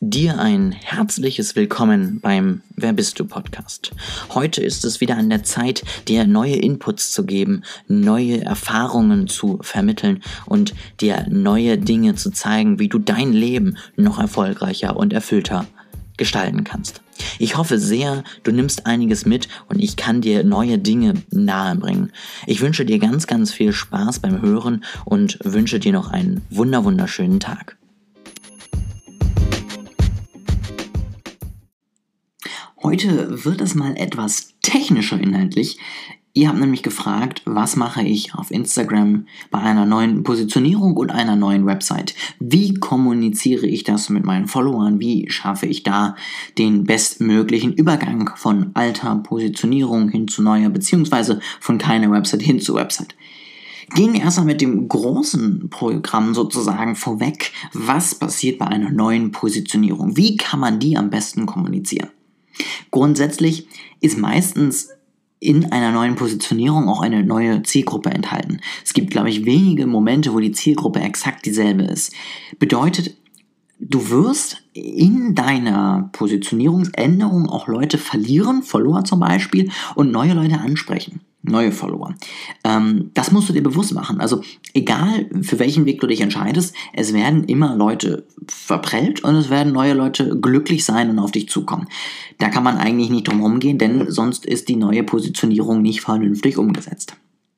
Dir ein herzliches Willkommen beim Wer bist du Podcast. Heute ist es wieder an der Zeit, dir neue Inputs zu geben, neue Erfahrungen zu vermitteln und dir neue Dinge zu zeigen, wie du dein Leben noch erfolgreicher und erfüllter gestalten kannst. Ich hoffe sehr, du nimmst einiges mit und ich kann dir neue Dinge nahebringen. Ich wünsche dir ganz, ganz viel Spaß beim Hören und wünsche dir noch einen wunderschönen Tag. Heute wird es mal etwas technischer inhaltlich. Ihr habt nämlich gefragt, was mache ich auf Instagram bei einer neuen Positionierung und einer neuen Website? Wie kommuniziere ich das mit meinen Followern? Wie schaffe ich da den bestmöglichen Übergang von alter Positionierung hin zu neuer, beziehungsweise von keiner Website hin zu Website? Gehen wir erstmal mit dem großen Programm sozusagen vorweg. Was passiert bei einer neuen Positionierung? Wie kann man die am besten kommunizieren? Grundsätzlich ist meistens in einer neuen Positionierung auch eine neue Zielgruppe enthalten. Es gibt, glaube ich, wenige Momente, wo die Zielgruppe exakt dieselbe ist. Bedeutet, du wirst in deiner Positionierungsänderung auch Leute verlieren, Follower zum Beispiel, und neue Leute ansprechen. Neue Follower. Das musst du dir bewusst machen. Also egal, für welchen Weg du dich entscheidest, es werden immer Leute verprellt und es werden neue Leute glücklich sein und auf dich zukommen. Da kann man eigentlich nicht drum rumgehen, denn sonst ist die neue Positionierung nicht vernünftig umgesetzt.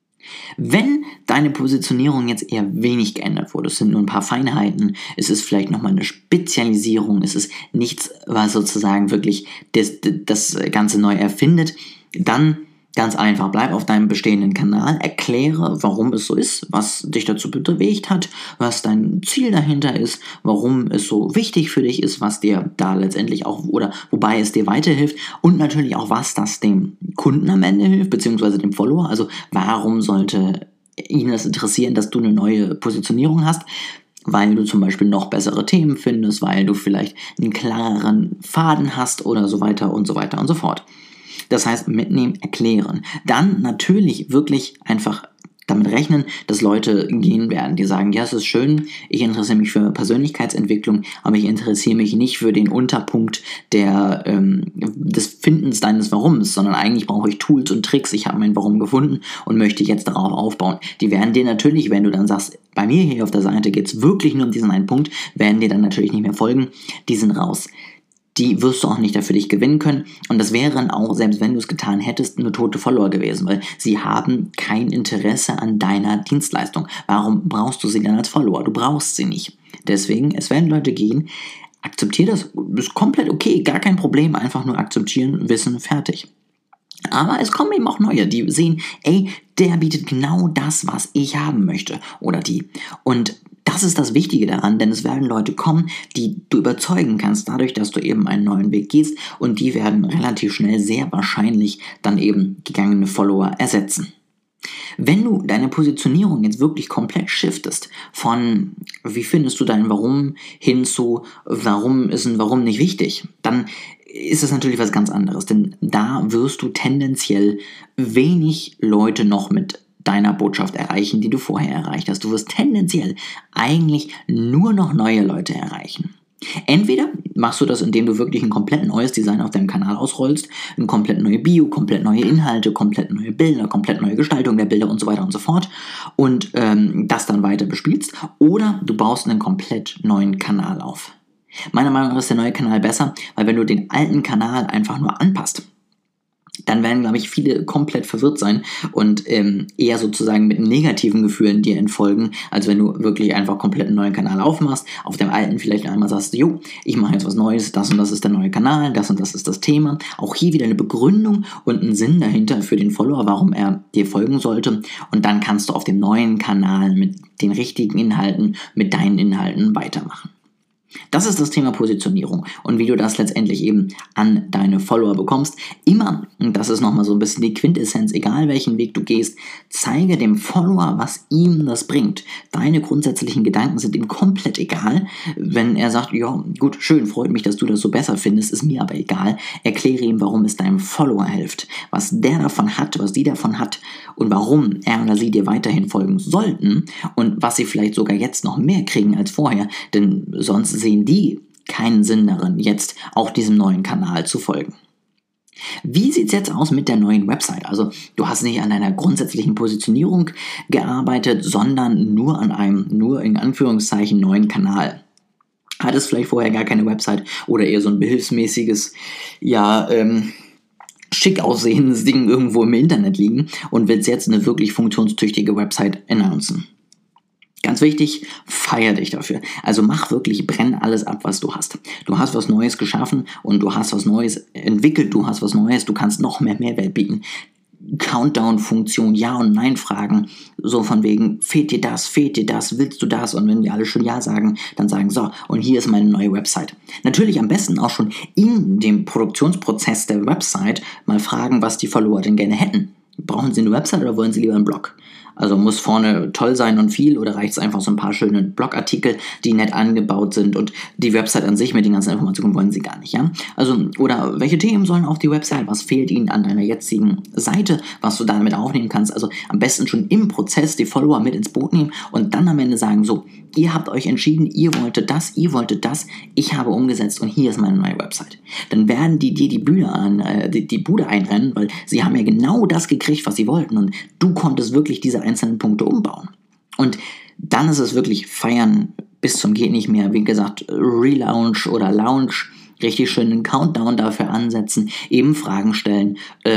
Wenn deine Positionierung jetzt eher wenig geändert wurde, es sind nur ein paar Feinheiten, es ist vielleicht nochmal eine Spezialisierung, es ist nichts, was sozusagen wirklich das Ganze neu erfindet, dann ganz einfach, bleib auf deinem bestehenden Kanal, erkläre, warum es so ist, was dich dazu bewegt hat, was dein Ziel dahinter ist, warum es so wichtig für dich ist, was dir da letztendlich auch, oder wobei es dir weiterhilft und natürlich auch, was das dem Kunden am Ende hilft, beziehungsweise dem Follower. Also warum sollte ihn das interessieren, dass du eine neue Positionierung hast? Weil du zum Beispiel noch bessere Themen findest, weil du vielleicht einen klareren Faden hast oder so weiter und so weiter und so fort. Das heißt, mitnehmen, erklären. Dann natürlich wirklich einfach damit rechnen, dass Leute gehen werden, die sagen, ja, es ist schön, ich interessiere mich für Persönlichkeitsentwicklung, aber ich interessiere mich nicht für den Unterpunkt des Findens deines Warums, sondern eigentlich brauche ich Tools und Tricks, ich habe mein Warum gefunden und möchte jetzt darauf aufbauen. Die werden dir natürlich, wenn du dann sagst, bei mir hier auf der Seite geht es wirklich nur um diesen einen Punkt, werden dir dann natürlich nicht mehr folgen, die sind raus. Die wirst du auch nicht für dich gewinnen können. Und das wären auch, selbst wenn du es getan hättest, nur tote Follower gewesen, weil sie haben kein Interesse an deiner Dienstleistung. Warum brauchst du sie dann als Follower? Du brauchst sie nicht. Deswegen, es werden Leute gehen, akzeptiere das, ist komplett okay, gar kein Problem, einfach nur akzeptieren, wissen, fertig. Aber es kommen eben auch neue, die sehen, ey, der bietet genau das, was ich haben möchte. Oder die. Und das ist das Wichtige daran, denn es werden Leute kommen, die du überzeugen kannst, dadurch, dass du eben einen neuen Weg gehst, und die werden relativ schnell sehr wahrscheinlich dann eben gegangene Follower ersetzen. Wenn du deine Positionierung jetzt wirklich komplett shiftest von wie findest du dein Warum hin zu warum ist ein Warum nicht wichtig, dann ist es natürlich was ganz anderes, denn da wirst du tendenziell wenig Leute noch mit deiner Botschaft erreichen, die du vorher erreicht hast. Du wirst tendenziell eigentlich nur noch neue Leute erreichen. Entweder machst du das, indem du wirklich ein komplett neues Design auf deinem Kanal ausrollst, eine komplett neue Bio, komplett neue Inhalte, komplett neue Bilder, komplett neue Gestaltung der Bilder und so weiter und so fort und das dann weiter bespielst, oder du baust einen komplett neuen Kanal auf. Meiner Meinung nach ist der neue Kanal besser, weil wenn du den alten Kanal einfach nur anpasst, dann werden, glaube ich, viele komplett verwirrt sein und eher sozusagen mit negativen Gefühlen dir entfolgen, als wenn du wirklich einfach komplett einen neuen Kanal aufmachst, auf dem alten vielleicht einmal sagst, jo, ich mache jetzt was Neues, das und das ist der neue Kanal, das und das ist das Thema. Auch hier wieder eine Begründung und einen Sinn dahinter für den Follower, warum er dir folgen sollte, und dann kannst du auf dem neuen Kanal mit den richtigen Inhalten, mit deinen Inhalten weitermachen. Das ist das Thema Positionierung und wie du das letztendlich eben an deine Follower bekommst. Immer, und das ist nochmal so ein bisschen die Quintessenz, egal welchen Weg du gehst, zeige dem Follower, was ihm das bringt. Deine grundsätzlichen Gedanken sind ihm komplett egal. Wenn er sagt, ja gut, schön, freut mich, dass du das so besser findest, ist mir aber egal. Erkläre ihm, warum es deinem Follower hilft, was der davon hat, was die davon hat und warum er oder sie dir weiterhin folgen sollten und was sie vielleicht sogar jetzt noch mehr kriegen als vorher, denn sonst sehen die keinen Sinn darin, jetzt auch diesem neuen Kanal zu folgen. Wie sieht es jetzt aus mit der neuen Website? Also du hast nicht an deiner grundsätzlichen Positionierung gearbeitet, sondern nur an einem, nur in Anführungszeichen, neuen Kanal. Hattest vielleicht vorher gar keine Website oder eher so ein behilfsmäßiges, schick aussehendes Ding irgendwo im Internet liegen und willst jetzt eine wirklich funktionstüchtige Website announcen. Ganz wichtig, feier dich dafür. Also brenn alles ab, was du hast. Du hast was Neues geschaffen und du hast was Neues entwickelt, du hast was Neues, du kannst noch mehr Mehrwert bieten. Countdown-Funktion, Ja- und Nein-Fragen, so von wegen, fehlt dir das, willst du das? Und wenn wir alle schon Ja sagen, dann sagen, so, und hier ist meine neue Website. Natürlich am besten auch schon in dem Produktionsprozess der Website mal fragen, was die Follower denn gerne hätten. Brauchen sie eine Website oder wollen sie lieber einen Blog? Also muss vorne toll sein und viel oder reicht es einfach so ein paar schöne Blogartikel, die nett angebaut sind und die Website an sich mit den ganzen Informationen wollen sie gar nicht, ja? Also, oder welche Themen sollen auf die Website? Was fehlt ihnen an deiner jetzigen Seite, was du damit aufnehmen kannst? Also am besten schon im Prozess die Follower mit ins Boot nehmen und dann am Ende sagen, so, ihr habt euch entschieden, ihr wolltet das, ich habe umgesetzt und hier ist meine neue Website. Dann werden die dir die Bude einrennen, weil sie haben ja genau das gekriegt, was sie wollten und du konntest wirklich diese einzelnen Punkte umbauen. Und dann ist es wirklich feiern bis zum geht nicht mehr. Wie gesagt, Relaunch oder Launch, richtig schön einen Countdown dafür ansetzen, eben Fragen stellen,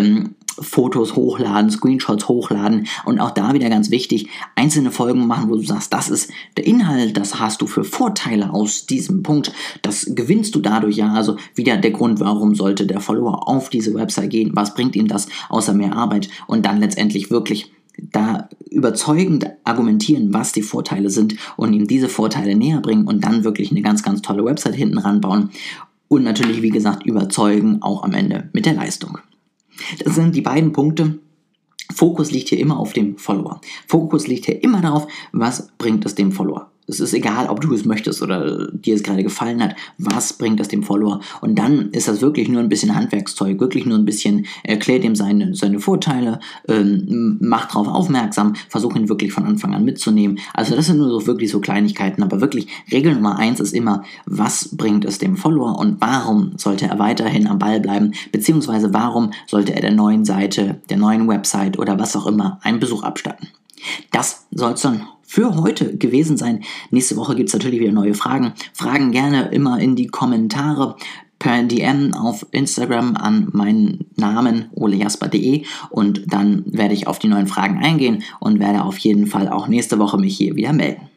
Fotos hochladen, Screenshots hochladen und auch da wieder ganz wichtig, einzelne Folgen machen, wo du sagst, das ist der Inhalt, das hast du für Vorteile aus diesem Punkt, das gewinnst du dadurch, ja, also wieder der Grund, warum sollte der Follower auf diese Website gehen, was bringt ihm das außer mehr Arbeit und dann letztendlich wirklich da überzeugend argumentieren, was die Vorteile sind und ihm diese Vorteile näher bringen und dann wirklich eine ganz, ganz tolle Website hinten ranbauen und natürlich, wie gesagt, überzeugen auch am Ende mit der Leistung. Das sind die beiden Punkte. Fokus liegt hier immer auf dem Follower. Fokus liegt hier immer darauf, was bringt es dem Follower. Es ist egal, ob du es möchtest oder dir es gerade gefallen hat, was bringt es dem Follower. Und dann ist das wirklich nur ein bisschen Handwerkszeug, wirklich nur ein bisschen, erklärt ihm seine Vorteile, macht darauf aufmerksam, versucht ihn wirklich von Anfang an mitzunehmen. Also das sind nur so wirklich so Kleinigkeiten, aber wirklich Regel Nummer 1 ist immer, was bringt es dem Follower und warum sollte er weiterhin am Ball bleiben, beziehungsweise warum sollte er der neuen Seite, der neuen Website oder was auch immer einen Besuch abstatten. Das soll es dann für heute gewesen sein. Nächste Woche gibt es natürlich wieder neue Fragen. Fragen gerne immer in die Kommentare per DM auf Instagram an meinen Namen olejasper.de und dann werde ich auf die neuen Fragen eingehen und werde auf jeden Fall auch nächste Woche mich hier wieder melden.